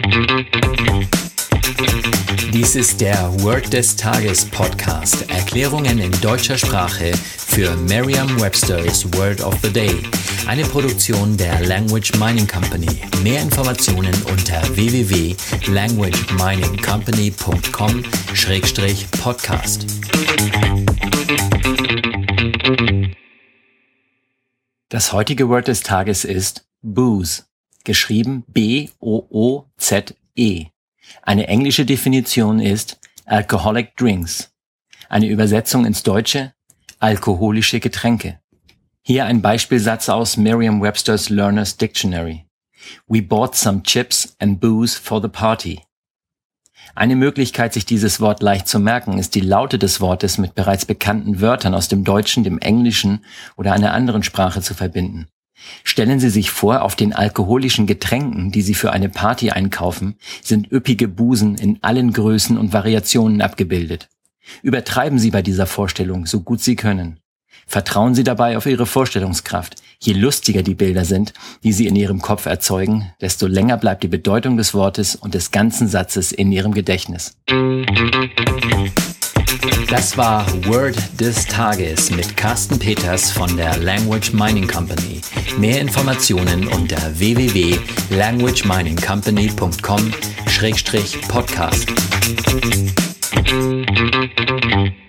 Dies ist der Word des Tages Podcast. Erklärungen in deutscher Sprache für Merriam-Webster's Word of the Day. Eine Produktion der Language Mining Company. Mehr Informationen unter www.languageminingcompany.com/podcast. Das heutige Word des Tages ist Booze, geschrieben B-O-O-Z-E. Eine englische Definition ist Alcoholic Drinks. Eine Übersetzung ins Deutsche: alkoholische Getränke. Hier ein Beispielsatz aus Merriam-Webster's Learner's Dictionary. We bought some chips and booze for the party. Eine Möglichkeit, sich dieses Wort leicht zu merken, ist die Laute des Wortes mit bereits bekannten Wörtern aus dem Deutschen, dem Englischen oder einer anderen Sprache zu verbinden. Stellen Sie sich vor, auf den alkoholischen Getränken, die Sie für eine Party einkaufen, sind üppige Busen in allen Größen und Variationen abgebildet. Übertreiben Sie bei dieser Vorstellung, so gut Sie können. Vertrauen Sie dabei auf Ihre Vorstellungskraft. Je lustiger die Bilder sind, die Sie in Ihrem Kopf erzeugen, desto länger bleibt die Bedeutung des Wortes und des ganzen Satzes in Ihrem Gedächtnis. Das war Word des Tages mit Carsten Peters von der Language Mining Company. Mehr Informationen unter www.languageminingcompany.com/podcast.